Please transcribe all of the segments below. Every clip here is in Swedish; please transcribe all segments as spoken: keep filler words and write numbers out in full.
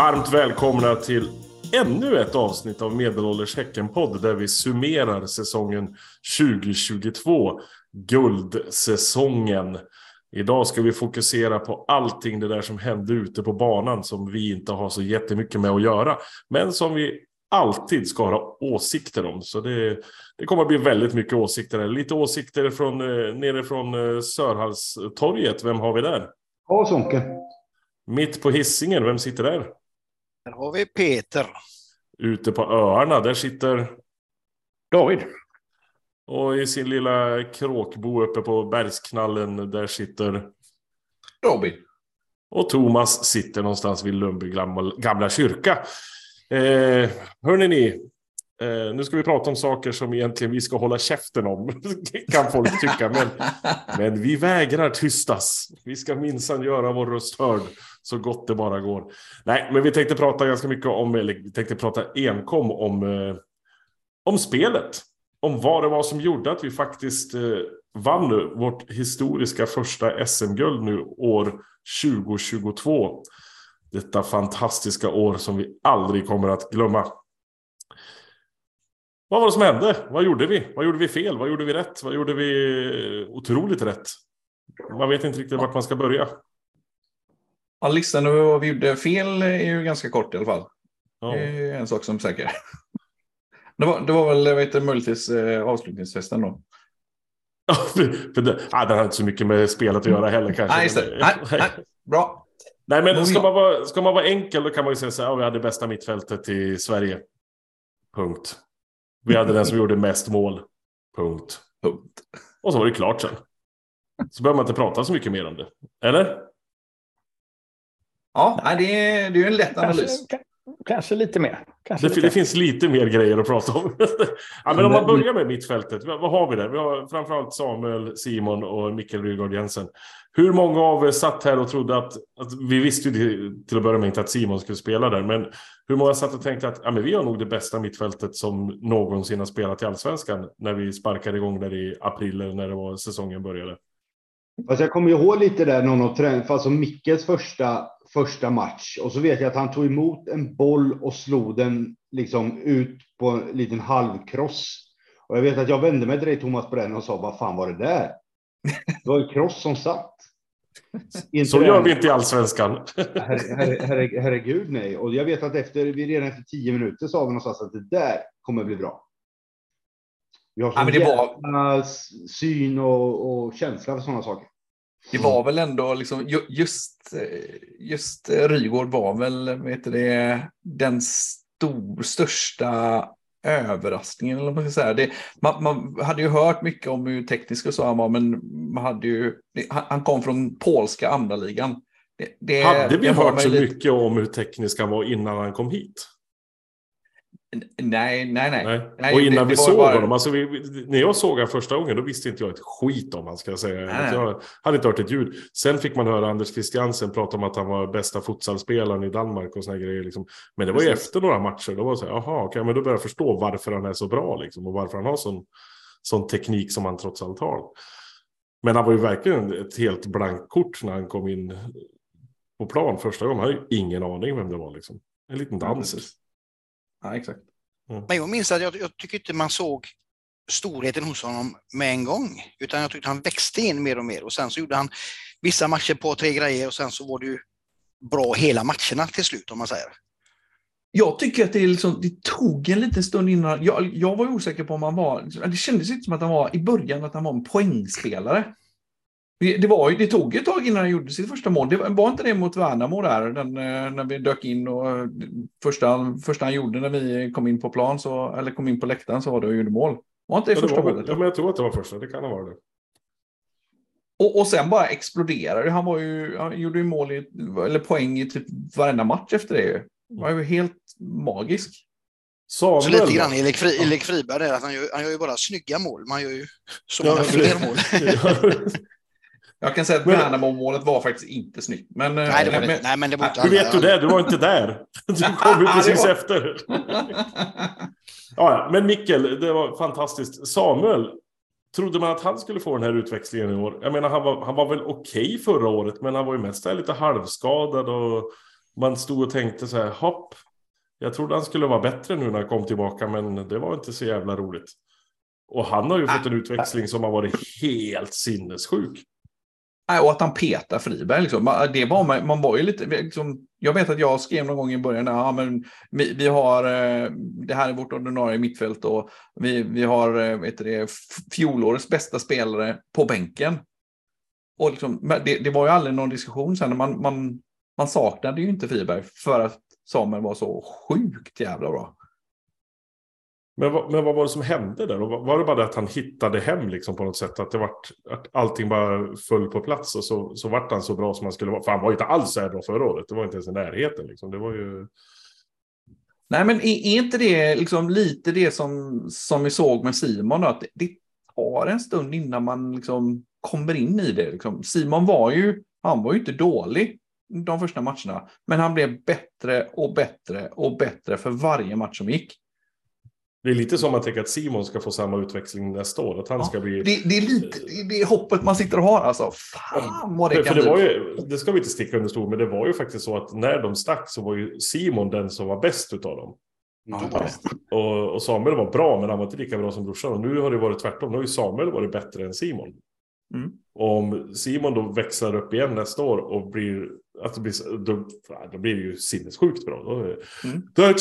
Varmt välkomna till ännu ett avsnitt av Medelålders Häcken-podd där vi summerar säsongen tjugo tjugotvå, guldsäsongen. Idag ska vi fokusera på allting det där som hände ute på banan som vi inte har så jättemycket med att göra, men som vi alltid ska ha åsikter om. Så det, det kommer att bli väldigt mycket åsikter. Lite åsikter från, nere från Sörhalstorget. Vem har vi där? Ja, Sonke. Mitt på Hisingen, vem sitter där? Där har vi Peter. Ute på öarna, där sitter David. Och i sin lilla kråkbo uppe på bergsknallen, där sitter Robin. Och Thomas sitter någonstans vid Lundby gamla, gamla kyrka. Eh, hörrni ni, eh, nu ska vi prata om saker som egentligen vi ska hålla käften om, kan folk tycka. Men, men vi vägrar tystas. Vi ska minsann göra vår röst hörd så gott det bara går. Nej, men vi tänkte prata ganska mycket om, eller vi tänkte prata enkom om, eh, om spelet. Om vad det var som gjorde att vi faktiskt eh, vann vårt historiska första S M-guld nu år tjugo tjugotvå. Detta fantastiska år som vi aldrig kommer att glömma. Vad var det som hände? Vad gjorde vi? Vad gjorde vi fel? Vad gjorde vi rätt? Vad gjorde vi otroligt rätt? Man vet inte riktigt vart man ska börja. Ja, listan över vad vi gjorde fel är ju ganska kort i alla fall. Ja. Det är en sak som är säker. Det var, det var väl, jag vet inte, möjligtvis eh, avslutningsfesten då. Ja, för det, ah, det har inte så mycket med spelet att göra heller kanske. Nej, just det. Nej, nej, bra. Nej, men ska man, vara, ska man vara enkel, då kan man ju säga så här, ja, vi hade bästa mittfältet i Sverige. Punkt. Vi hade den som gjorde mest mål. Punkt. Punkt. Och så var det klart sen. Så behöver man inte prata så mycket mer om det. Eller? Ja, nej, det är, det är en lätt analys. Kanske, kanske lite mer. Kanske Det, lite. det finns lite mer grejer att prata om. Ja, men om man börjar med mittfältet, vad, vad har vi där? Vi har framförallt Samuel, Simon och Mikkel Rygaard Jensen. Hur många av er satt här och trodde att, att vi visste ju till, till att börja med inte att Simon skulle spela där, men hur många satt och tänkte att ja, men vi har nog det bästa mittfältet som någonsin har spelat i Allsvenskan när vi sparkade igång där i april eller när det var säsongen började? Alltså jag kommer ju ihåg lite där någon av trän- alltså Mickels första, första match, och så vet jag att han tog emot en boll och slog den liksom ut på en liten halvkross. Och jag vet att jag vände mig till dig, Thomas, på den och sa, vad fan var det där? Det var en kross som satt. Inte så den. gör vi inte i Allsvenskan. Herre, herre, herre, herregud nej. Och jag vet att efter, vi redan efter tio minuter sa vi någonstans att det där kommer bli bra. Vi har så Ja, men det var... syn och, och känsla för sådana saker. Det var väl ändå liksom, just, just Rygaard var väl, vet du, det, den stor, största överraskningen, eller vad man ska säga. Det, man, man hade ju hört mycket om hur teknisk och så han var, men man hade ju, det, han, han kom från polska andra ligan. Det, det, hade vi det hört så lite... mycket om hur teknisk han var innan han kom hit? Nej, nej, nej. nej. nej och innan det, vi det såg bara... honom, alltså vi, när jag såg honom första gången, då visste inte jag ett skit om han ska säga. Nej. Jag hade inte hört ett ljud. Sen fick man höra Anders Christiansen prata om att han var bästa futsalspelaren i Danmark och såna grejer. Liksom. Men det var ju Precis. efter några matcher, då var det så här, jaha, okay, men då börjar jag förstå varför han är så bra liksom, och varför han har sån, sån teknik som han trots allt har. Men han var ju verkligen ett helt blankkort när han kom in på plan första gången. Han hade ju ingen aning vem det var liksom. En liten dans. Ja, exakt. Mm. Men jag minns att jag, jag tycker inte man såg storheten hos honom med en gång, utan jag tyckte han växte in mer och mer, och sen så gjorde han vissa matcher på tre grejer och sen så var det ju bra hela matcherna till slut, om man säger. Jag tycker att det, är liksom, det tog en liten stund innan. Jag, jag var osäker på om han var, det kändes inte som att han var i början att han var en poängspelare. Det, det, var, det tog ett tag innan han gjorde sitt första mål. Det var, var inte det mot Värnamo där, den, när vi dök in, och första, första han gjorde när vi kom in på plan, så, eller kom in på läktaren, så var det och gjorde mål. Var inte det, Ja, första det var, målet? ja, men jag tror att det var första, det kan ha varit det. Och, och sen bara exploderade. Han var ju, han gjorde ju mål i, eller poäng i typ varenda match efter det. Han var ju helt magisk. Samuel, så lite grann Erik, Fri, Erik Friberg där, att han gör, han gör ju bara snygga mål. Man gör ju så många Ja, fler mål. Jag kan säga att Värnamo-målet var faktiskt inte snyggt. Men, nej, det var men, det, nej, men det var inte. Hur vet du det? Du var inte där. Du kom ju precis efter. Ja, men Mikkel, det var fantastiskt. Samuel, trodde man att han skulle få den här utväxlingen i år? Jag menar, han var, han var väl okej förra året, men han var ju mest lite halvskadad och man stod och tänkte så här, hopp, jag trodde han skulle vara bättre nu när han kom tillbaka, men det var inte så jävla roligt. Och han har ju fått en utväxling som har varit helt sinnessjuk. Och att han petar Friberg. Liksom. Det var, man, man var ju lite... Liksom, jag vet att jag skrev någon gång i början, ja, men vi, vi har... Det här är vårt ordinarie mittfält och vi, vi har vet det, fjolårets bästa spelare på bänken. Och liksom, det, det var ju aldrig någon diskussion sen. Man, man, man saknade ju inte Friberg för att Samuel var så sjukt jävla bra. Men, men vad var det som hände där? Var det bara det att han hittade hem liksom på något sätt? Att, det var, att allting bara föll på plats och så, så vart han så bra som han skulle vara? För han var ju inte alls så här bra förra året. Det var inte ens i närheten. Liksom. Det var ju... Nej, men är, är inte det liksom lite det som, som vi såg med Simon? Då? Att det, det tar en stund innan man liksom kommer in i det. Liksom. Simon var ju, han var ju inte dålig de första matcherna. Men han blev bättre och bättre och bättre för varje match som gick. Det är lite som att tänka att Simon ska få samma utväxling nästa år. Att han ja, ska bli... det, det är lite det är hoppet man sitter och har. Alltså. Fan vad det för, kan för det, bli. var ju, det ska vi inte sticka under stol, men det var ju faktiskt så att när de stack så var ju Simon den som var bäst utav dem. Ja, och, och Samuel var bra, men han var inte lika bra som brorsan. Och nu har det varit tvärtom. Nu har ju Samuel varit bättre än Simon. Mm. Och om Simon då växlar upp igen nästa år och blir, att det blir då, då blir det ju sinnessjukt bra. Då är, mm. The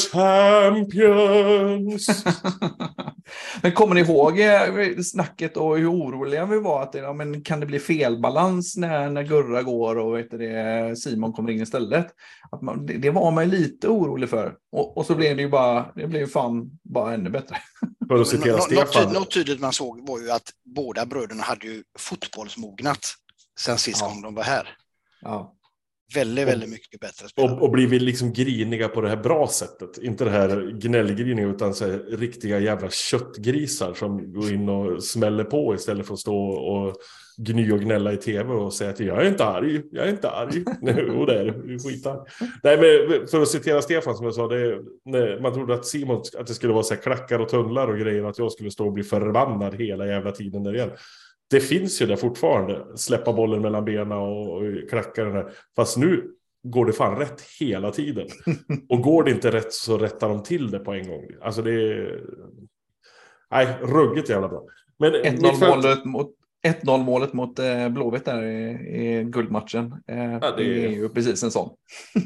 Champions! Men kommer ni ihåg snacket och hur oroliga vi var att det, ja, men kan det bli felbalans när, när Gurra går och vet det, Simon kommer in istället? Att man, det, det var man lite orolig för. Och, och så blev det ju bara, det blev fan bara ännu bättre. För att citera Nå, Stefan. Något, något tydligt man såg var ju att båda bröderna hade ju fotbollsmognat sen sist ja. gång de var här. Ja. Väldigt, och, väldigt mycket bättre spelare. Och, och blir vi liksom griniga på det här bra sättet. Inte det här gnällgriniga utan så här riktiga jävla köttgrisar som går in och smäller på istället för att stå och gny och gnälla i tv och säga att jag är inte arg, jag är inte arg. Nej, och det är det, skitar. Nej, men för att citera Stefan som jag sa, det, nej, man trodde att Simon, att det skulle vara så här klackar och tunnlar och grejer, att jag skulle stå och bli förbannad hela jävla tiden där igen. Det finns ju där fortfarande. Släppa bollen mellan benen och, och klacka den här. Fast nu går det fan rätt hela tiden. Och går det inte rätt så rättar de till det på en gång. Alltså det är... Nej, ruggigt jävla bra. Men ett noll målet mot, ett noll målet mot eh, Blåvitt där i, i guldmatchen. Eh, ja, det, är... det är ju precis en sån.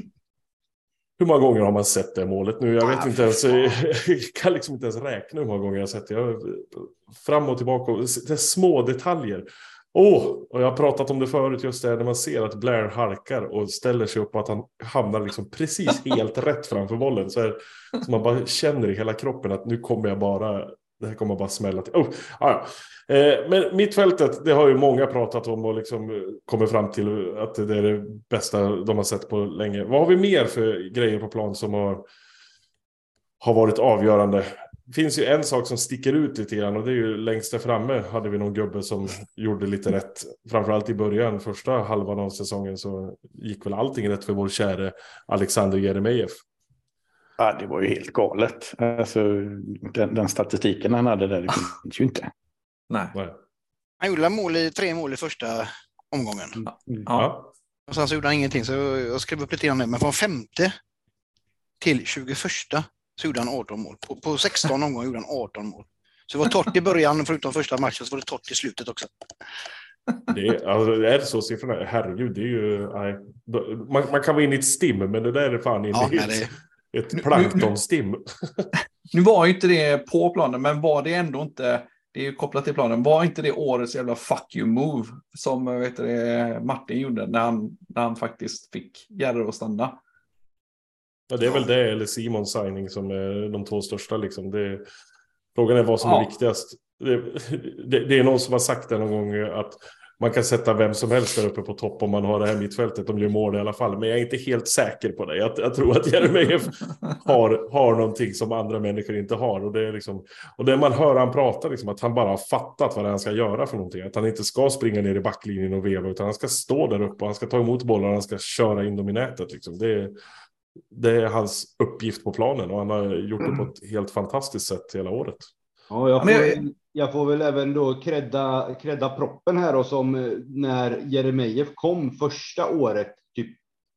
Hur många gånger har man sett det målet nu? Jag vet ah, inte ens, jag kan liksom inte ens räkna hur många gånger jag har sett det. Jag, fram och tillbaka, det är små detaljer. Åh, oh, och jag har pratat om det förut just där när man ser att Blair halkar och ställer sig upp och att han hamnar liksom precis helt rätt framför bollen. Så, här, så man bara känner i hela kroppen att nu kommer jag bara, det här kommer bara smälla till. Oh, ah, eh, men mittfältet, det har ju många pratat om och liksom kommer fram till att det är det bästa de har sett på länge. Vad har vi mer för grejer på plan som har, har varit avgörande? Det finns ju en sak som sticker ut lite grann och det är ju längst där framme hade vi någon gubbe som gjorde lite rätt. Framförallt i början, första halvan av säsongen så gick väl allting rätt för vår käre Alexander Jeremejeff. Ja, det var ju helt galet. Alltså, den, den statistiken han hade där, det finns ju inte. Nej. Nej. Han gjorde mål i, tre mål i första omgången. Mm. Ja. Och sen så gjorde han ingenting, så jag skrev upp lite grann nu. Men från femte till tjugoförsta så gjorde han arton mål. På, på sexton omgångar gjorde han arton mål. Så det var torrt i början, förutom första matchen, så var det torrt i slutet också. Det är, alltså, det är så siffrorna, herregud, det är ju... Nej, man, man kan vara inne i ett stim, men det där är fan inne i... Ja, det... Ett planktonstim. Nu var ju inte det på planen, men var det ändå inte, det är ju kopplat till planen, var inte det årets jävla fuck you move som vet du, Martin gjorde när han, när han faktiskt fick Gerre att stanna? Ja, det är väl det eller Simons signing som är de två största liksom. Det, frågan är vad som ja. är viktigast. Det, det, det är någon som har sagt det någon gång att man kan sätta vem som helst där uppe på topp om man har det här mittfältet. De gör mål i alla fall. Men jag är inte helt säker på det. Jag, jag tror att Jeremejeff har, har någonting som andra människor inte har. Och det är liksom, och det man hör han prata, liksom, att han bara har fattat vad han ska göra för någonting. Att han inte ska springa ner i backlinjen och veva. Utan han ska stå där uppe och han ska ta emot bollar och han ska köra in dem i nätet. Liksom. Det, är, det är hans uppgift på planen. Och han har gjort det på ett helt fantastiskt sätt hela året. Ja, jag får, jag får väl även då kredda, kredda proppen här och som när Jeremejeff kom första året, typ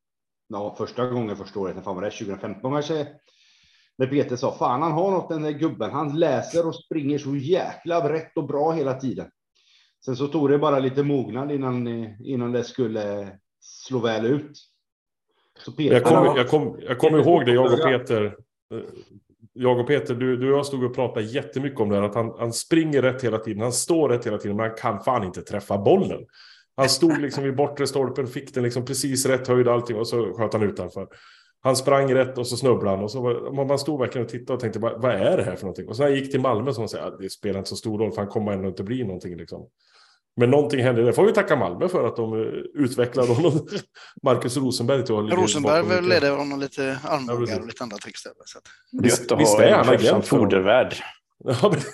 ja, första gången första året, när fan var det, tjugo femton kanske, när Peter sa, fan han har något den där gubben, han läser och springer så jäkla rätt och bra hela tiden. Sen så tog det bara lite mognad innan, innan det skulle slå väl ut. Så Peter, jag kommer jag kom, jag kom ihåg det, jag och Peter, jag och Peter, du, du och jag stod och pratade jättemycket om det här, att han, han springer rätt hela tiden, han står rätt hela tiden, men han kan fan inte träffa bollen. Han stod liksom vid bortre stolpen, fick den liksom precis rätt höjd allting och så sköt han utanför. Han sprang rätt och så snubblade han och så var, man stod verkligen och tittade och tänkte, vad är det här för någonting? Och så när han gick till Malmö så sa han, det spelar inte så stor roll för han kommer ändå inte bli någonting liksom. Men någonting hände, det får vi tacka Malmö för att de utvecklade honom. Marcus Rosenberg till att Rosenberg väl ledde honom lite armbågar och lite andra tricks där. Så att... Visst, visst är han agent som fodervärd. Ja, men...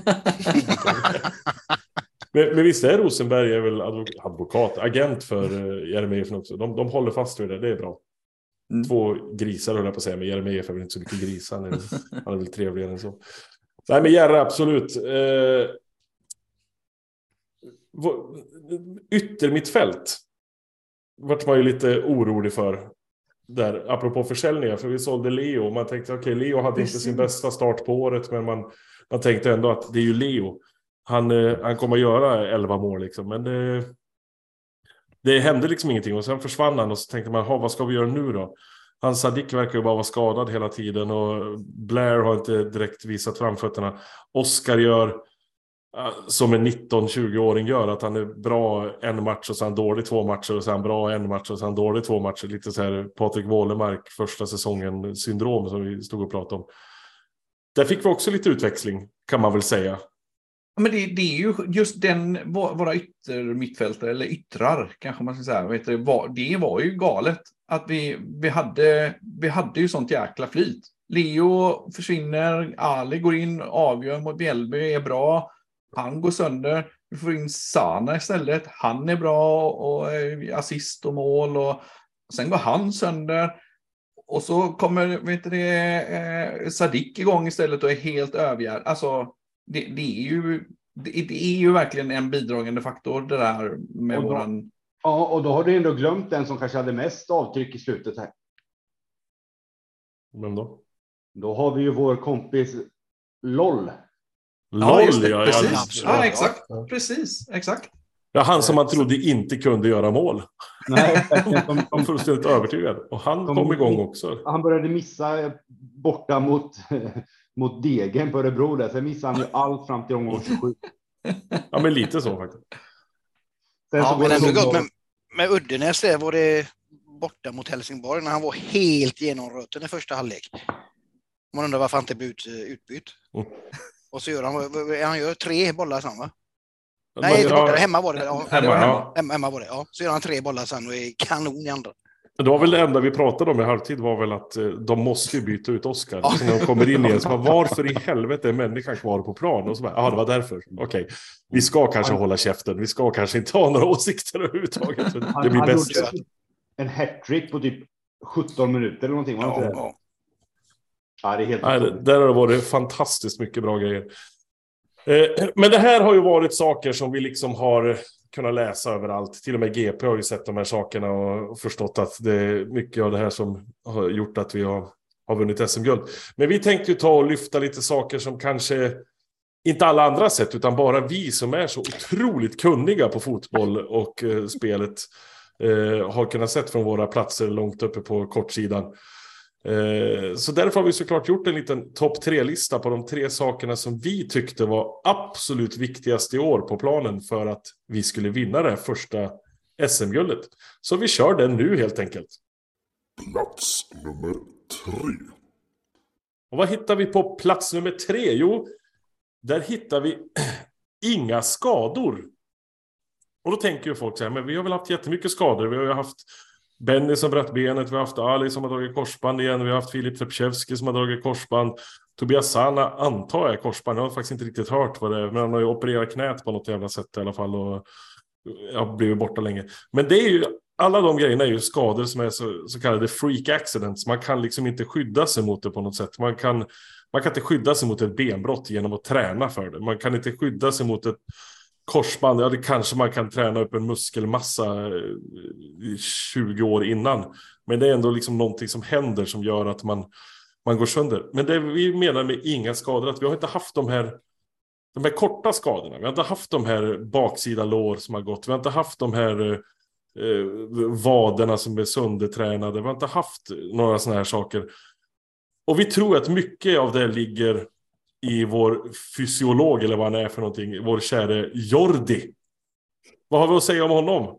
men, men visst är Rosenberg är väl advokat, agent för uh, Jeremejeff också. De, de håller fast vid det, det är bra. Mm. Två grisar höll jag på att säga, men Jeremejeff är väl inte så mycket grisar. Han är, han är väl trevligare än så. Nej, men Jerre, absolut. Uh, yttermittfält vart man ju lite orolig för där, apropå försäljningar, för vi sålde Leo, man tänkte okej, okay, Leo hade inte sin bästa start på året, men man, man tänkte ändå att det är ju Leo, han, han kommer att göra elva mål liksom, men det, det hände liksom ingenting och sen försvann han och så tänkte man, vad ska vi göra nu då? Han Sadik verkar ju bara vara skadad hela tiden och Blair har inte direkt visat framfötterna. Oscar gör som en nitton-tjugo-åring gör, att han är bra en match och sen dålig två matcher och sen bra en match och sen dålig två matcher. Lite så här Patrik Wålemark första säsongen syndrom som vi stod och pratade om. Där fick vi också lite utväxling, kan man väl säga. Men det, det är ju just den, våra yttermittfältare, eller yttrar kanske man ska säga, vet du, var, det var ju galet att vi, vi, hade, vi hade ju sånt jäkla flyt. Leo försvinner, Ali går in, avgör mot Bjällby, är bra. Han går sönder. Vi får in Sana istället. Han är bra och assist och mål. Och sen går han sönder. Och så kommer vet du, eh, Sadik igång istället och är helt övergärd. Alltså, det, det, är ju, det, det är ju verkligen en bidragande faktor det där med och då, våran... Ja, och då har du ändå glömt den som kanske hade mest avtryck i slutet här. Men då? Då har vi ju vår kompis LOL. Ja, just det. Ja, precis. Ja, exakt. Precis, exakt. Ja, han som man trodde inte kunde göra mål. Nej, de, de fullständigt övertygad. Och han de, kom igång också. Han började missa borta mot, mot Degen på Örebro där. Sen missade han ju allt fram till omgång tjugosju. Ja, men lite så faktiskt. Sen ja, så men ändå gott. Med, med Uddenäs där var det borta mot Helsingborg när han var helt genomröten i första halvlek. Man undrar varför han inte blev ut, utbytt. Mm. Och så gör han, han gör tre bollar sen, va? Nej, inte borta, hemma var det. Ja, hemma, ja. hemma, hemma var det, ja. Så gör han tre bollar sen och är kanon i andra. Det var väl det enda vi pratade om i halvtid var väl att de måste ju byta ut Oscar. Ja. När de kommer in igen så bara, varför i helvete är människan kvar på plan? Och så bara, ja det var därför. Okej, okay. Vi ska kanske han, hålla käften. Vi ska kanske inte ha några åsikter överhuvudtaget. Det han, blir han bäst. gjorde en hattrick på typ sjutton minuter eller någonting. Var ja, inte det? Ja. Ja, det är helt Nej, det, där har det varit fantastiskt mycket bra grejer. Eh, men det här har ju varit saker som vi liksom har kunnat läsa överallt. Till och med G P har ju sett de här sakerna och förstått att det är mycket av det här som har gjort att vi har, har vunnit S M-guld. Men vi tänkte ju ta och lyfta lite saker som kanske inte alla andra sett, utan bara vi som är så otroligt kunniga på fotboll och eh, spelet eh, har kunnat sett från våra platser långt uppe på kortsidan. Så därför har vi såklart gjort en liten topp tre-lista på de tre sakerna som vi tyckte var absolut viktigast i år på planen för att vi skulle vinna det här första S M-guldet. Så vi kör den nu helt enkelt. Plats nummer tre. Och vad hittar vi på plats nummer tre? Jo, där hittar vi inga skador. Och då tänker ju folk så här, men vi har väl haft jättemycket skador. Vi har ju haft Benny som bröt benet, vi har haft Ali som har dragit korsband igen, vi har haft Filip Trepchevski som har dragit korsband, Tobias Sana antar jag korsband, jag har faktiskt inte riktigt hört vad det är, men han har ju opererat knät på något jävla sätt i alla fall och har blivit borta länge. Men det är ju, alla de grejerna är ju skador som är så, så kallade freak accidents, man kan liksom inte skydda sig mot det på något sätt, man kan, man kan inte skydda sig mot ett benbrott genom att träna för det, man kan inte skydda sig mot ett korsband, ja det kanske man kan träna upp en muskelmassa i tjugo år innan. Men det är ändå liksom någonting som händer som gör att man, man går sönder. Men det vi menar med inga skador, att vi har inte haft de här, de här korta skadorna. Vi har inte haft de här baksida lår som har gått. Vi har inte haft de här eh, vaderna som är söndertränade. Vi har inte haft några såna här saker. Och vi tror att mycket av det ligger i vår fysiolog, eller vad han är för någonting, vår käre Jordi. Vad har vi att säga om honom?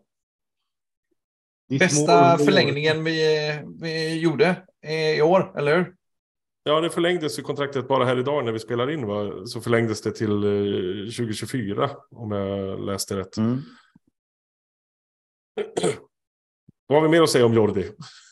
Bästa förlängningen vi, vi gjorde i år, eller hur? Ja, det förlängdes ju kontraktet bara här idag när vi spelar in, va? Så förlängdes det till tjugo tjugofyra, om jag läste rätt. Mm. Vad har vi mer att säga om Jordi?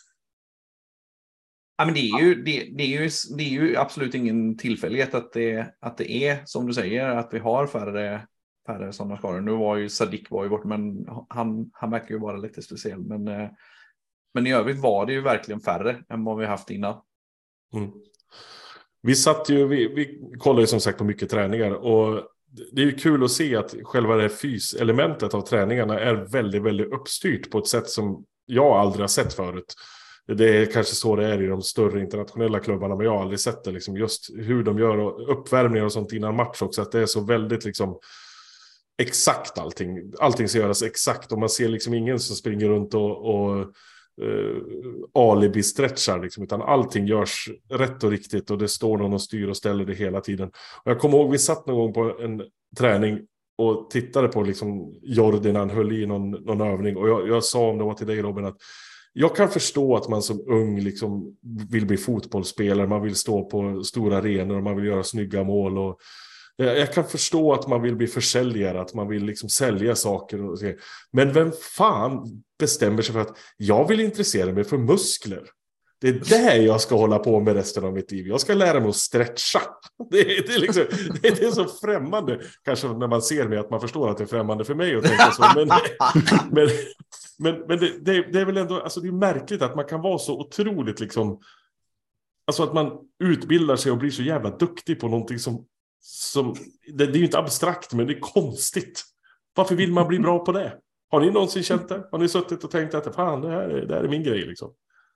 Ja, men det är ju, det, det är ju, det är ju absolut ingen tillfällighet att det, att det är, som du säger, att vi har färre, färre sådana skador. Nu var ju Sadik var ju bort, men han, han verkar ju vara lite speciell. Men, men i övrigt var det ju verkligen färre än vad vi haft innan. Mm. Vi satt ju, vi, vi kollar ju som sagt på mycket träningar, och det är ju kul att se att själva det här fyselementet av träningarna är väldigt, väldigt uppstyrt på ett sätt som jag aldrig har sett förut. Det är kanske så det är i de större internationella klubbarna, men jag har aldrig sett det liksom, just hur de gör uppvärmningar och sånt innan match också, att det är så väldigt liksom exakt allting. Allting ska göras exakt, och man ser liksom ingen som springer runt och, och Uh, alibi-stretchar liksom, utan allting görs rätt och riktigt, och det står någon och styr och ställer det hela tiden. Och jag kommer ihåg, vi satt någon gång på en träning och tittade på liksom Jordi när han höll i någon, någon övning, och jag, jag sa, om det var till dig Robin, att jag kan förstå att man som ung liksom vill bli fotbollsspelare, man vill stå på stora arenor och man vill göra snygga mål, och jag kan förstå att man vill bli försäljare, att man vill liksom sälja saker och så. Men vem fan bestämmer sig för att jag vill intressera mig för muskler? Det är det jag ska hålla på med resten av mitt liv. Jag ska lära mig att stretcha. Det är, det är, liksom, det är så främmande. Kanske när man ser mig att man förstår att det är främmande för mig att tänka så. Men, men, men, men det, det, det är väl ändå, alltså det är märkligt att man kan vara så otroligt liksom, alltså att man utbildar sig och blir så jävla duktig på någonting som Som, det, det är ju inte abstrakt, men det är konstigt. Varför vill man bli bra på det? Har ni någonsin känt det? Har ni suttit och tänkt att fan, det här, är, det här är min grej liksom?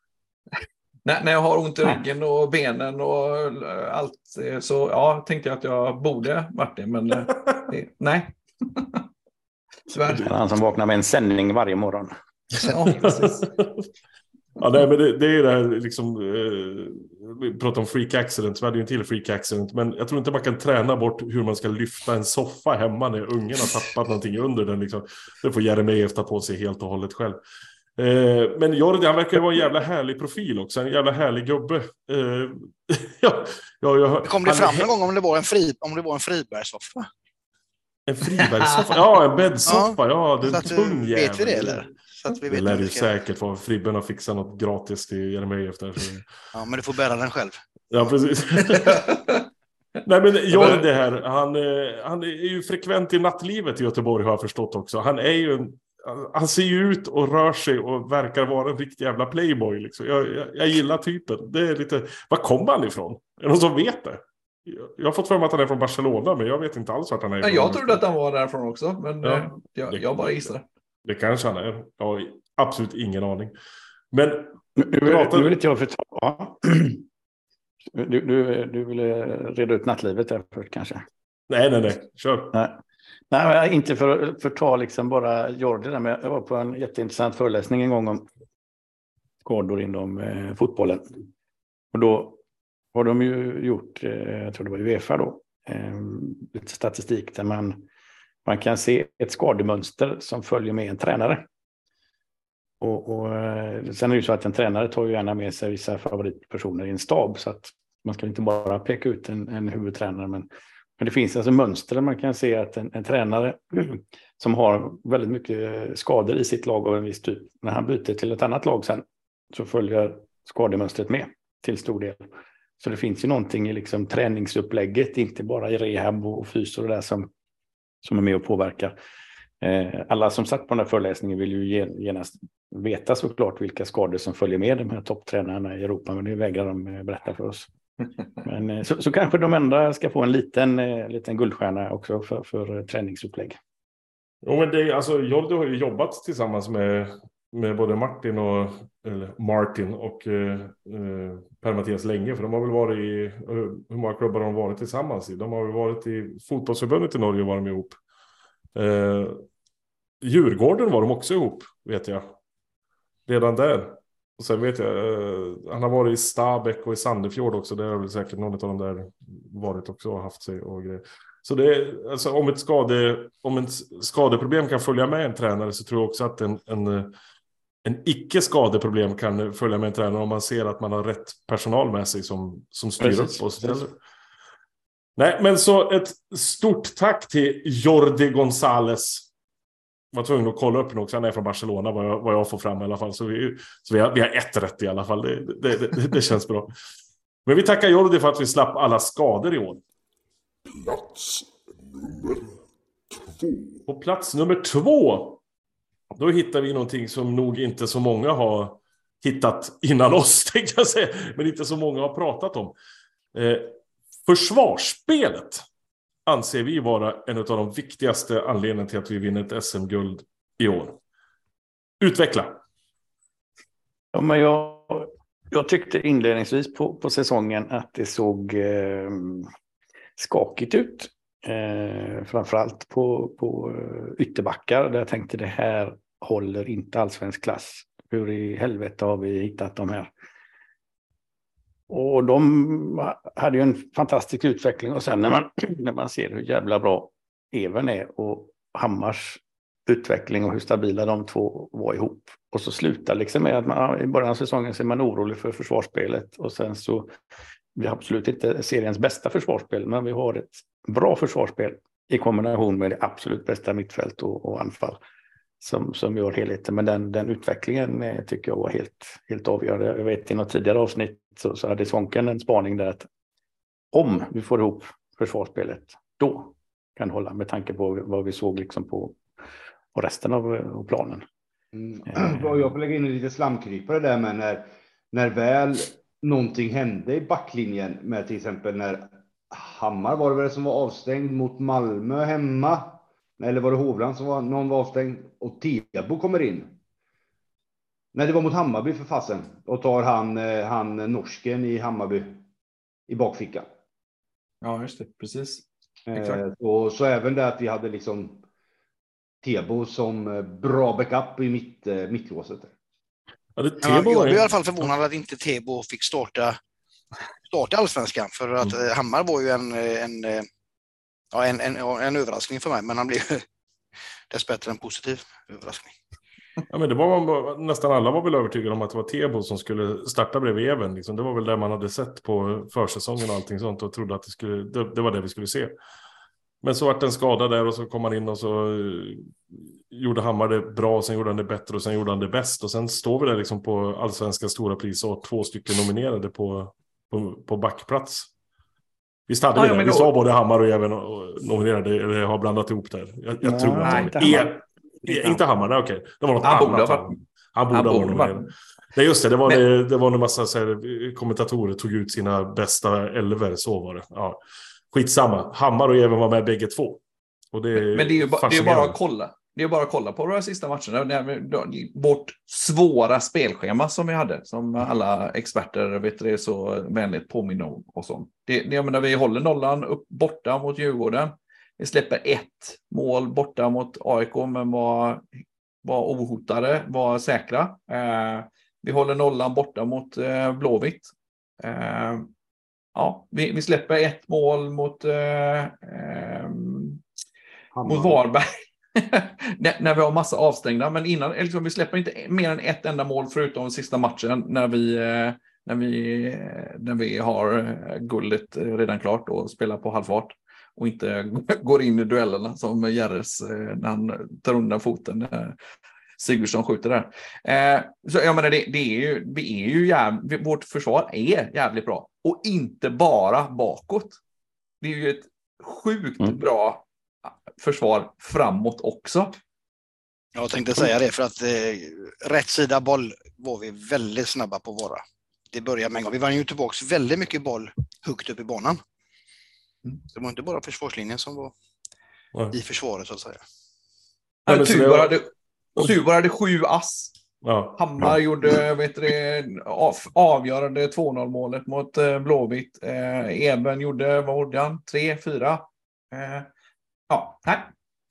När, när jag har ont i ryggen och benen och allt, så ja, tänkte jag att jag borde varit det, men det, nej. Tyvärr. Han som vaknar med en sändning varje morgon. Ja, precis. Ja, nej, men det, det är det här liksom, eh, vi pratar om freak accident, så hade ju en till freak accident, men jag tror inte man kan träna bort hur man ska lyfta en soffa hemma när ungen har tappat någonting under den liksom. Det får Jeremejeff ta på sig helt och hållet själv. Eh, men Jordi, han verkar ju vara en jävla härlig profil också, en jävla härlig gubbe. Eh, ja, ja, jag, kom det fram någon gång om det var en fri, om det var en Fribergssoffa? En Fribergssoffa? Ja, en bäddsoffa. Ja, det är tung jävel. Vet vi det eller? Så att vi vet, det lär ju säkert vara Fribben att fixa något gratis till Jeremejeff efter. Ja, men du får bära den själv. Ja, precis. Nej, men jag det här, han, han är ju frekvent i nattlivet i Göteborg, har jag förstått också. Han är ju en, han ser ju ut och rör sig och verkar vara en riktig jävla playboy liksom. jag, jag, jag gillar typen. Det är lite, var kommer han ifrån? Är det någon som vet det? Jag har fått för mig att han är från Barcelona, men jag vet inte alls vart han är ifrån. Jag trodde att han var därifrån också, men ja, jag, jag bara gissar. Det kanske han är. Jag har absolut ingen aning. Men nu, pratar... nu vill inte jag förta. Du, du, du ville reda ut nattlivet där först kanske? Nej, nej, nej. Kör. Nej, nej inte för att förta liksom bara Jordi där, men jag var på en jätteintressant föreläsning en gång om skador inom eh, fotbollen. Och då har de ju gjort, eh, jag tror det var UEFA då, eh, lite statistik där man Man kan se ett skademönster som följer med en tränare. Och, och sen är det ju så att en tränare tar ju gärna med sig vissa favoritpersoner i en stab. Så att man ska inte bara peka ut en, en huvudtränare. Men, men det finns alltså mönster där man kan se att en, en tränare som har väldigt mycket skador i sitt lag av en viss typ. När han byter till ett annat lag sen så följer skademönstret med till stor del. Så det finns ju någonting i liksom träningsupplägget, inte bara i rehab och fys och det där som som är med och påverkar. Eh, alla som satt på den här föreläsningen vill ju genast veta såklart vilka skador som följer med de här topptränarna i Europa, men det vägrar de berätta för oss. Men, eh, så, så kanske de andra ska få en liten, eh, liten guldstjärna också för, för träningsupplägg. Jo, men det, alltså, Jordi har ju jobbat tillsammans med, med både Martin och eller Martin och eh, Per-Mattias länge, för de har väl varit i, hur många klubbar de har varit tillsammans i? De har väl varit i fotbollsförbundet i Norge och varit med ihop. Eh, Djurgården var de också ihop, vet jag. Redan där. Och sen vet jag, eh, han har varit i Stabäck och i Sandefjord också. Det har väl säkert någon av dem där varit också och haft sig och grejer. Så det är, alltså, om ett skade, om ett skadeproblem kan följa med en tränare, så tror jag också att en, en, en icke-skadeproblem kan följa med en tränare om man ser att man har rätt personal med sig som, som styr Precis. upp och ställer. Nej, men så ett stort tack till Jordi González. Jag var tvungen att kolla upp också. Han är från Barcelona, vad jag, vad jag får fram i alla fall. Så vi, så vi, har, vi har ett rätt i alla fall. Det, det, det, det känns bra. Men vi tackar Jordi för att vi slapp alla skador i år. Plats nummer två. På plats nummer två, då hittar vi någonting som nog inte så många har hittat innan oss, tänkte jag säga. Men inte så många har pratat om. Eh, försvarsspelet anser vi vara en av de viktigaste anledningarna till att vi vinner ett S M-guld i år. Utveckla. Ja, men jag, jag tyckte inledningsvis på, på säsongen att det såg eh, skakigt ut. Eh, framförallt på, på ytterbackar, där jag tänkte det här håller inte allsvensk klass. Hur i helvete har vi hittat de här? Och de hade ju en fantastisk utveckling, och sen när man, när man ser hur jävla bra Even är och Hammars utveckling och hur stabila de två var ihop, och så slutar liksom med att man, i början av säsongen så är man orolig för försvarsspelet, och sen så vi har absolut inte seriens bästa försvarsspel, men vi har ett bra försvarsspel i kombination med det absolut bästa mittfält och, och anfall som, som gör helheten. Men den, den utvecklingen eh, tycker jag var helt, helt avgörande. Jag vet i något tidigare avsnitt så, så hade Svånken en spaning där att om vi får ihop försvarsspelet, då kan det hålla, med tanke på vad vi såg liksom på, på resten av, av planen. Mm. Jag får lägga in en lite slamkrypare där, men när, när väl någonting hände i backlinjen, med till exempel när Hammar var det väl som var avstängd mot Malmö hemma, eller var det Hovland som var, någon var avstängd, och Tebo kommer in. Nej, det var mot Hammarby för fasen, och tar han, han norsken i Hammarby i bakfickan. Ja, just det, precis. Eh, och så även det att vi hade liksom Tebo som bra backup i mitt, mittlåset. Ja, det, ja, jag blev i alla fall förvånad att inte Tebo fick starta starta allsvenskan, för att mm. Hammar var ju en, en, ja, en, en, en överraskning för mig, men han blev dessbättre en positiv överraskning. Ja, men det var, nästan alla var väl övertygade om att det var Tebo som skulle starta bredvid Even. Liksom. Det var väl det man hade sett på försäsongen och allting sånt, och trodde att det, skulle, det, det var det vi skulle se. Men så var det en skada där, och så kom han in och så uh, gjorde Hammar det bra, sen gjorde han det bättre och sen gjorde han det bäst. Och sen står vi där liksom på allsvenska stora pris och två stycken nominerade på, på, på backplats. Visst hade ja, vi det? Vi sa både Hammar och Even nominerade, eller har blandat ihop där. Jag, jag nej, tror att nej, inte Hammar. Är, inte Hammar, nej, okej. Det var något han annat. Borde ha han borde ha varit nominerad. Nej, just det, det var, men... det, det var en massa så här, kommentatorer tog ut sina bästa elver, så var det. Ja. Skitsamma. Hammar och Even var med bägge två. Och det men, men det är ju ba- det är bara att kolla. Det är bara att kolla på våra sista matcherna. Vårt svåra spelschema som vi hade, som alla experter vet det är så vänligt påminner oss om. Det, det, jag menar, vi håller nollan upp borta mot Djurgården. Vi släpper ett mål borta mot A I K, men var, var ohotade, var säkra. Eh, vi håller nollan borta mot eh, Blåvitt. Eh, ja, vi, vi släpper ett mål mot eh, eh, mot Varberg. när, när vi har massa avstängda, men innan liksom, vi släpper inte mer än ett enda mål förutom sista matchen när vi eh, när vi eh, när vi har eh, guldet redan klart och spelar på halvfart och inte går in i duellerna som Järres eh, när han tar undan foten när Sigurdsson skjuter där. Eh, så jag menar, det, det är ju vi är ju jäv, vårt försvar är jävligt bra, och inte bara bakåt. Det är ju ett sjukt mm. bra försvar framåt också. Jag tänkte säga det, för att eh, rätt sida boll var vi väldigt snabba på våra. Det började med en gång. Vi var ju tillbaka väldigt mycket boll högt upp i banan. Mm. Det var inte bara försvarslinjen som var mm. i försvaret, så att säga. Nej, men så det Tuborg var- hade, Tuborg hade sju ass. Ja. Hammar gjorde vet du, det, av, avgörande två noll målet mot eh, Blåvitt. Eh, Eben gjorde, vad gjorde han? tre fyra. Eh, ja, nej.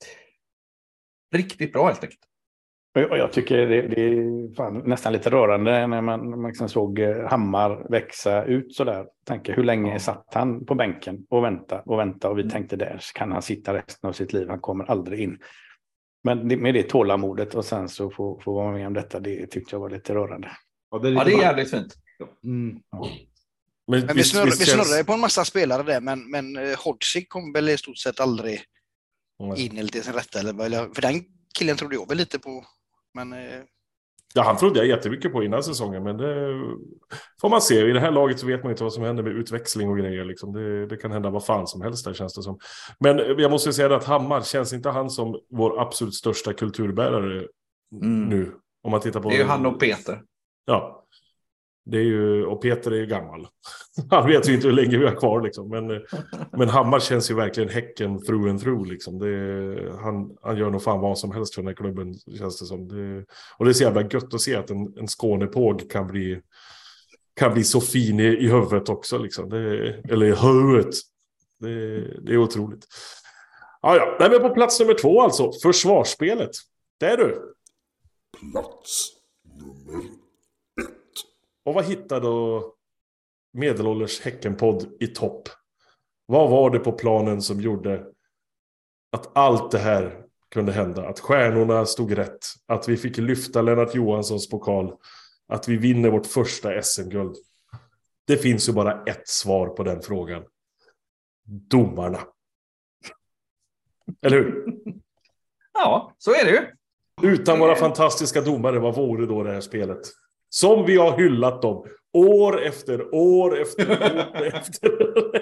Riktigt bra helt enkelt. Och jag tycker det, det är fan nästan lite rörande när man, man liksom såg eh, Hammar växa ut så där. Tänker, hur länge satt han på bänken och vänta och vänta och vi tänkte där kan han sitta resten av sitt liv, han kommer aldrig in. Men det, med det tålamodet och sen så få, få vara med om detta, det tyckte jag var lite rörande. Ja, det är, Ja, lite det är jävligt fint. Mm. Men, Men vi, visst, snurrar, visst vi känns- snurrar ju på en massa spelare där, men, men eh, Hodzik kom väl i stort sett aldrig Nej. in eller till sin rätta. Eller, eller, för den killen trodde jag väl lite på. Men eh, Ja, han trodde jag jättemycket på innan säsongen, men det får man se. I det här laget så vet man inte vad som händer med utväxling och grejer. Liksom. Det, det kan hända vad fan som helst där, känns det som. Men jag måste säga att Hammar, känns inte han som vår absolut största kulturbärare Mm. nu? Om man tittar på... Det är ju han och Peter. Ja. Det är ju, och Peter är ju gammal. Han vet ju inte hur länge vi har kvar liksom. Men, men Hammar känns ju verkligen Häcken through and through liksom. Det, han, han gör nog fan vad som helst för den här klubben, känns det som. Det, och det är så jävla gött att se att en, en Skånepåg kan bli, kan bli så fin i, i huvudet också liksom. Det, eller i huvudet. Det, det är otroligt. Ja, ja. Nej, men på plats nummer två alltså. Försvarsspelet. Det är du. Plats nummer ett. Och vad hittade då medelålders Häckenpodd i topp? Vad var det på planen som gjorde att allt det här kunde hända? Att stjärnorna stod rätt. Att vi fick lyfta Lennart Johanssons pokal. Att vi vinner vårt första S M-guld. Det finns ju bara ett svar på den frågan. Domarna. Eller hur? Ja, så är det ju. Utan våra fantastiska domare, vad vore då det här spelet? Som vi har hyllat dem. År efter år efter år efter.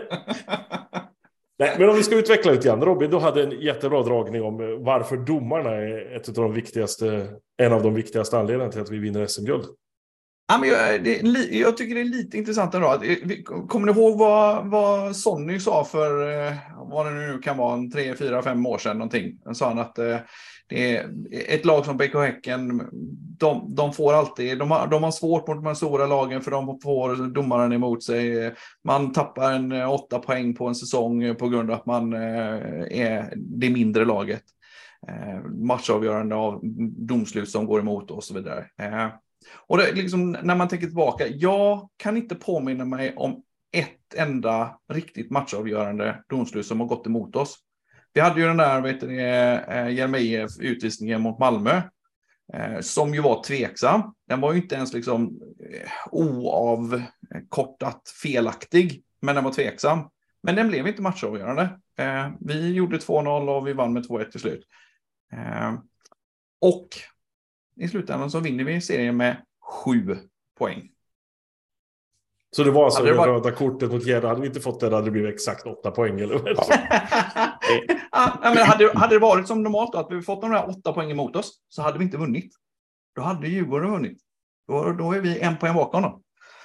Nej, men om vi ska utveckla lite grann. Robin, du hade en jättebra dragning om varför domarna är ett av de viktigaste, en av de viktigaste anledningarna till att vi vinner S M-guld. Ja, men jag, det, är li- jag tycker det är lite intressant ändå. Att, eh, vi- Kommer ni ihåg vad, vad Sonny sa för eh, vad det nu kan vara, en tre, fyra, fem år sedan någonting? Han sa han att eh, det är ett lag som B K Häcken, de, de får alltid, de har, de har svårt mot de här stora lagen för de får domaren emot sig. Man tappar en eh, åtta poäng på en säsong eh, på grund av att man eh, är det mindre laget. Eh, matchavgörande av domslut som går emot och så vidare. Eh, Och det, liksom, när man tänker tillbaka, jag kan inte påminna mig om ett enda riktigt matchavgörande domslut som har gått emot oss. Vi hade ju den där vet ni, eh, Jeremejeff utvisningen mot Malmö eh, som ju var tveksam. Den var ju inte ens liksom eh, oavkortat felaktig, men den var tveksam. Men den blev inte matchavgörande. Eh, vi gjorde två noll och vi vann med två ett till slut. Eh, och i slutändan så vinner vi serien med sju poäng. Så det var alltså Hade det det varit- röda kortet mot Gädda. Hade vi inte fått det, hade det blivit exakt åtta poäng. Eller vad? ja, men hade, hade det varit som normalt då, att vi fått de här åtta poäng emot oss, så hade vi inte vunnit. Då hade Djurgården vunnit. Då, då är vi en poäng bakom dem.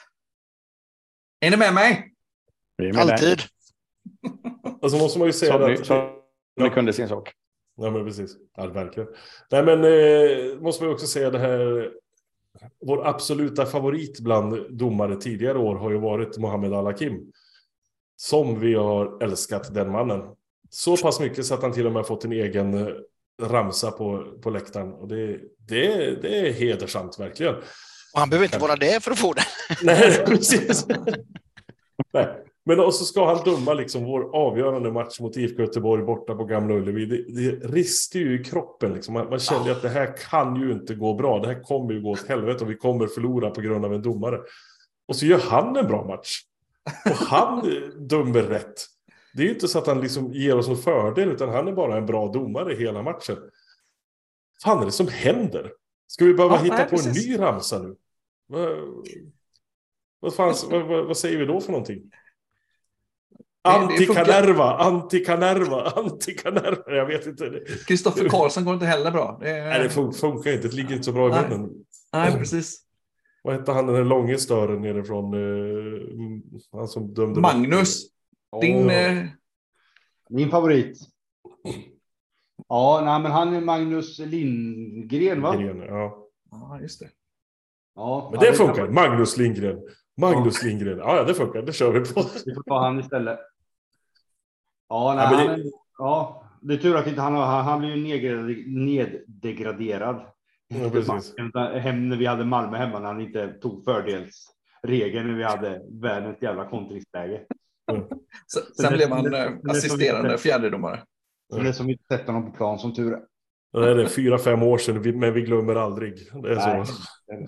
Är ni med mig? Vi är med där. alltid. Alltså måste man ju säga Så att... ni, så ni kunde sin sak. Ja, men precis. Ja, verkligen. Nej, men eh, måste man ju också säga det här. Vår absoluta favorit bland domare tidigare år har ju varit Mohamed Al-Hakim. Som vi har älskat den mannen. Så pass mycket så att han till och med fått en egen eh, ramsa på, på läktaren. Och det, det, det är hedersamt, verkligen. Och han behöver inte vara där för att få det. Nej, precis. Nej. Men och så ska han döma liksom vår avgörande match mot I F K Göteborg borta på Gamla Ullevi. Det, det rister ju i kroppen. Liksom. Man, man känner ju att det här kan ju inte gå bra. Det här kommer ju gå åt helvete och vi kommer förlora på grund av en domare. Och så gör han en bra match. Och han dömer rätt. Det är ju inte så att han liksom ger oss en fördel, utan han är bara en bra domare hela matchen. Fan är det som händer? Ska vi behöva Ja, hitta nej, på en precis. ny ramsa nu? Vad, vad, fan, vad, vad, vad säger vi då för någonting? det funkar. Antikanerva, antikanerva, antikanerva. Jag vet inte. Kristoffer Karlsson går inte heller bra. Det är... Nej, det fun- funkar inte. Det ligger inte så bra i Nej. munnen. Nej, precis. Vad hette han, den här långe stören nerifrån? Uh, han som dömde... Magnus, din... Åh. Eh, Min favorit. Ja, nej, men han är Magnus Lindgren, va? Lindgren, ja. Ja, just det. Ja, Men det ja, funkar. kan- Magnus Lindgren. Magnus Ja. Lindgren. Ja, ja, det funkar. Det kör vi på. Vi får ta han istället. Ja, nej, Ja, men han det- är, ja, det är tur att inte han har, han, han blir ju nedgraderad, neddegraderad. Ja, precis. Hem när vi hade Malmö hemma när han inte tog fördelsregeln när vi hade världens jävla kontringsläge. Sen, det- sen blev han det- eh, det- assisterande det- fjärdedomare. Så det är som vi inte sett honom på plan, som tur är. Det är det fyra, fem år sedan, vi- men vi glömmer aldrig. Det är Nej. så.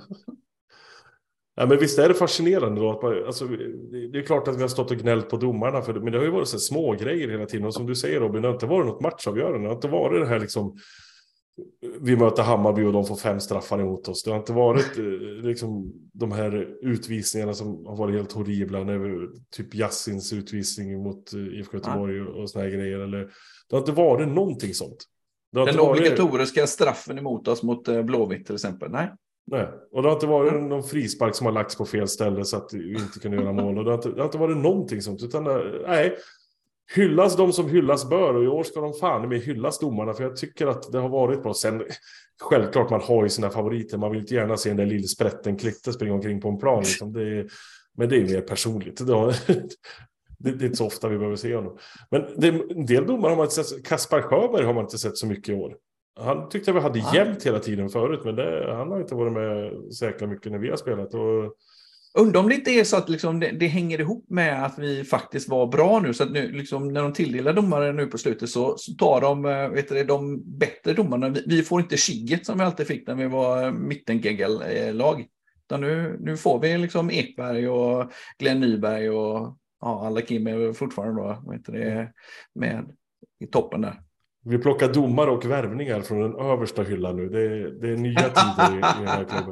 Ja, men visst är det fascinerande då att man, alltså, det det är klart att vi har stått och gnällt på domarna för det, men det har ju varit så små grejer hela tiden och som du säger Robin, det har inte varit något matchavgörande, det har inte varit det här liksom vi möter Hammarby och de får fem straffar emot oss. Det har inte varit eh, liksom de här utvisningarna som har varit helt horribla, när vi, typ Yassins utvisning mot eh, I F K Göteborg och, och såna här grejer, eller det har inte varit någonting sånt. Det har Den inte varit- obligatoriska straffen emot oss mot eh, Blåvitt till exempel. Nej. Nej, och det har inte varit någon frispark som har lagts på fel ställe så att vi inte kunde göra mål. Och det har inte, det har inte varit någonting sånt. Utan nej, hyllas de som hyllas bör. Och i år ska de fan med hyllas domarna. För jag tycker att det har varit bra. Sen, självklart man har ju sina favoriter. Man vill inte gärna se den där lilla sprätten Klitte springa omkring på en plan. Liksom. Det är, men det är mer personligt. Det, har, det, det är inte så ofta vi behöver se honom. Men det, en del domar har man inte sett. Kaspar Sjöberg har man inte sett så mycket i år. Han tyckte vi hade jämnt hela tiden förut, men det, han har inte varit med säkert mycket när vi har spelat. Och... Undrar om det inte är så att liksom det, det hänger ihop med att vi faktiskt var bra nu. Så att nu, liksom, när de tilldelar domare nu på slutet så, så tar de eh, vet du, de bättre domarna. Vi, vi får inte Schigget som vi alltid fick när vi var mittengeggel-lag. Utan nu, nu får vi liksom Ekberg och Glenn Nyberg och ja, alla Kim är fortfarande då, vet du, det, med i toppen där. Vi plockar domar och värvningar från den översta hyllan nu. Det, det är nya tider i, i den här klubben.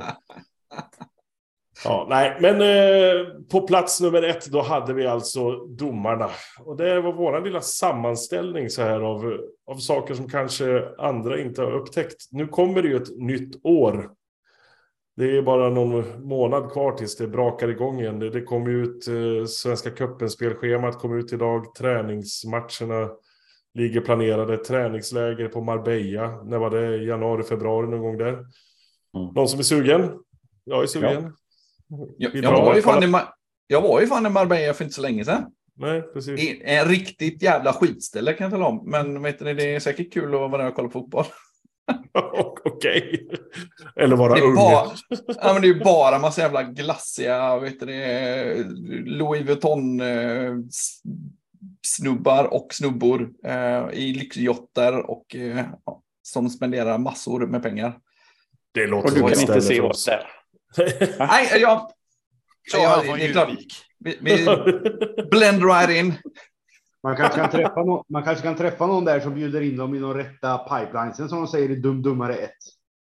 Ja, nej, men eh, på plats nummer ett då hade vi alltså domarna. Och det var vår lilla sammanställning så här av, av saker som kanske andra inte har upptäckt. Nu kommer det ju ett nytt år. Det är bara någon månad kvar tills det brakar igång igen. Det, det kommer ut eh, Svenska cupen-spelschemat kommer ut idag. Träningsmatcherna ligger planerade. Träningsläger på Marbella. När var det? Januari, februari någon gång där. Mm. Någon som är sugen? Jag är sugen. Ja. Jag, jag, var ju fan i Ma- jag var ju fan i Marbella för inte så länge sedan. Nej, precis. En riktigt jävla skitställe kan jag tala om. Men vet ni, det är säkert kul att vara där och kolla fotboll. Okej. Eller vara det är ung. Bara, ja, men det är ju bara massa jävla glassiga, vet du, Louis Vuitton eh, snubbar och snubbor eh, i lyxjotter och eh, som spenderar massor med pengar. Det låter och du kan inte se oss där. Nej, jag... Så ja, jag det är klart. Vi, vi blend right in. Man kanske, kan träffa någon, man kanske kan träffa någon där som bjuder in dem i någon rätta pipelinesen som de säger i Dum Dummare ett.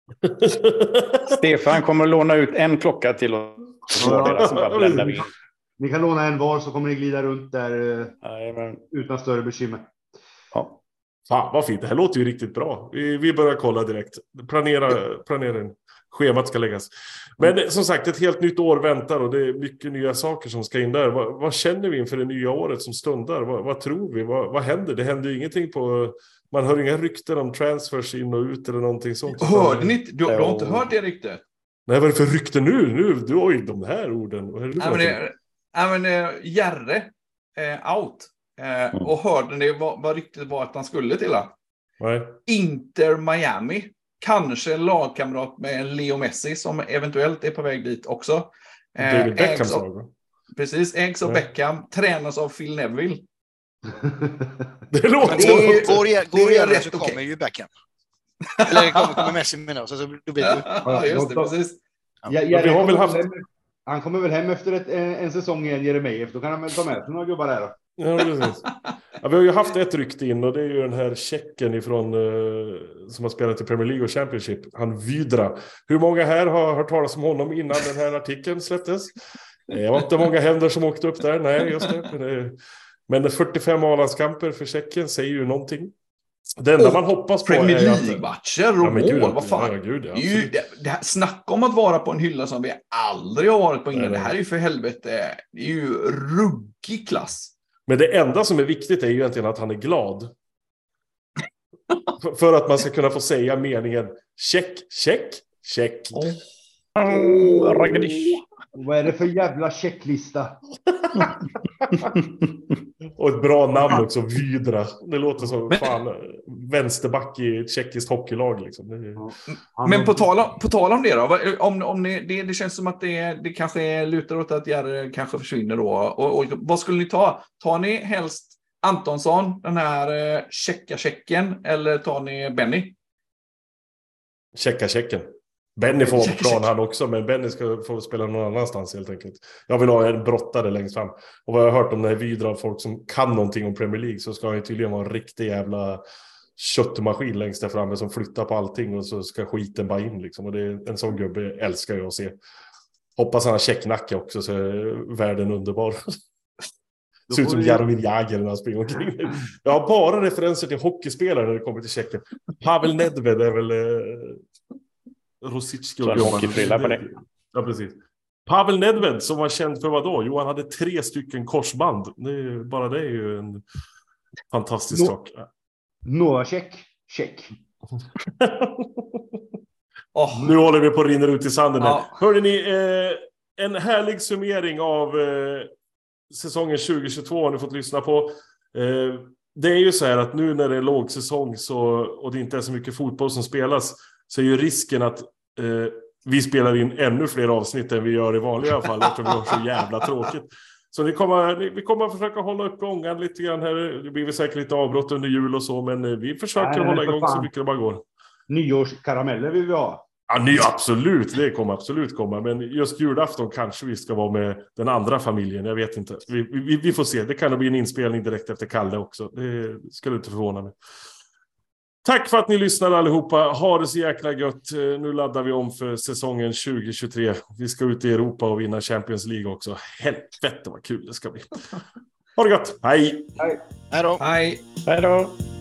Stefan kommer att låna ut en klocka till oss. Ja. Som bara bländar in. Ni kan låna en var så kommer ni glida runt där Nej, men... utan större bekymmer. Ja. Fan, vad fint. Det här låter ju riktigt bra. Vi, vi börjar kolla direkt. Planera, planera in. Schemat ska läggas. Men som sagt, ett helt nytt år väntar och det är mycket nya saker som ska in där. Vad, vad känner vi inför det nya året som stundar? Vad, vad tror vi? Vad, vad händer? Det händer ju ingenting på... Man hör inga rykten om transfers in och ut eller någonting sånt. Hörde ni inte? Du, du har inte hört det ryktet? Nej, vad är det för rykten nu? Nu, du har ju de här orden. Vad är det Nej, men, det, nej, men äh, Järre äh, out. Äh, mm. Och hörde ni vad, vad ryktet var att han skulle till? Nej. Inter Miami. Kanske en lagkamrat med Leo Messi som eventuellt är på väg dit också. David Beckhams lag. Precis, ägs av Beckham. Tränas av Phil Neville. Det låter... Går, går, går det rätt så okay. kommer ju Beckham. Eller kommer, kommer Messi med oss. Så då blir det... Ja, just det, precis. Ja, ja, vi har väl haft... hem, han kommer väl hem efter ett, en, en säsong igen, Jeremejeff. Då kan han väl ta med sig några gubbar där då. Ja, precis. Ja, vi har ju haft ett rykte in och det är ju den här tjecken ifrån, eh, som har spelat i Premier League och Championship. Han Vydra. Hur många här har hört talas om honom innan den här artikeln släpptes? Det var inte många händer som åkte upp där. Nej, just det. Men, det, men fyrtiofem A-landskamper för tjecken säger ju någonting. Det enda och man hoppas på Premier är att... League-matcher och ja, mål, vad fan. Ja, gud, ja, det är ju, det, det här, snacka om att vara på en hylla som vi aldrig har varit på innan. Nej, det här är ju för helvete, det är ju ruggig klass. Men det enda som är viktigt är ju egentligen att han är glad. För, för att man ska kunna få säga meningen check, check, check. Oh. Oh, Ragadish. Vad är det för jävla checklista? Och ett bra namn också, Vydra. Det låter som fan vänsterback i ett tjeckiskt hockeylag liksom. Det... Men på tal om, på tal om det då, om, om ni, det, det känns som att det, det kanske lutar åt att Jerry kanske försvinner då. Och, och vad skulle ni ta? Tar ni helst Antonsson, den här eh, checka-checken, eller tar ni Benny? Checka checken. Benny får vara på plan han också, men Benny ska få spela någon annanstans helt enkelt. Jag vill ha en brottare längst fram. Och vad jag har hört om den här Vydra av folk som kan någonting om Premier League, så ska han ju tydligen vara en riktig jävla köttmaskin längst där framme som flyttar på allting, och så ska skiten bara in liksom. Och det är en sån gubbe älskar jag att se. Hoppas han har checknacke också, så är världen underbar. Det ser ut som Jaromir Jagr när han springer omkring. Jag har bara referenser till hockeyspelare när det kommer till Tjeckien. Pavel Nedved är väl eh, Rosicki och hockeyfrilla på det. Ja, precis. Pavel Nedved som var känd för vad då? Jo, han hade tre stycken korsband. Det är, bara det är ju en fantastisk no- sak. Novacek, check. Oh. Nu håller vi på att rinna ut i sanden. Ja. Hörde ni, eh, en härlig summering av eh, säsongen tjugo tjugotvå har ni fått lyssna på. Eh, det är ju så här att nu när det är lågsäsong så, och det inte är så mycket fotboll som spelas, så är ju risken att eh, vi spelar in ännu fler avsnitt än vi gör i vanliga fall, eftersom vi har så jävla tråkigt. Så vi kommer, vi kommer att försöka hålla upp gången lite grann här. Det blir väl säkert lite avbrott under jul och så, men vi försöker Nej, hålla igång fan. så mycket det bara går. Nyårskarameller vill vi ha. Ja, ny, absolut. Det kommer absolut komma. Men just julafton kanske vi ska vara med den andra familjen. Jag vet inte. Vi, vi, vi får se. Det kan bli en inspelning direkt efter Kalle också. Det skulle inte förvåna mig. Tack för att ni lyssnade allihopa. Ha det så jäkla gött. Nu laddar vi om för säsongen tjugo tjugotre. Vi ska ut i Europa och vinna Champions League också. Helvete vad kul det ska bli. Ha det gött. Hej. Hej. Hej då. Hej. Hej då.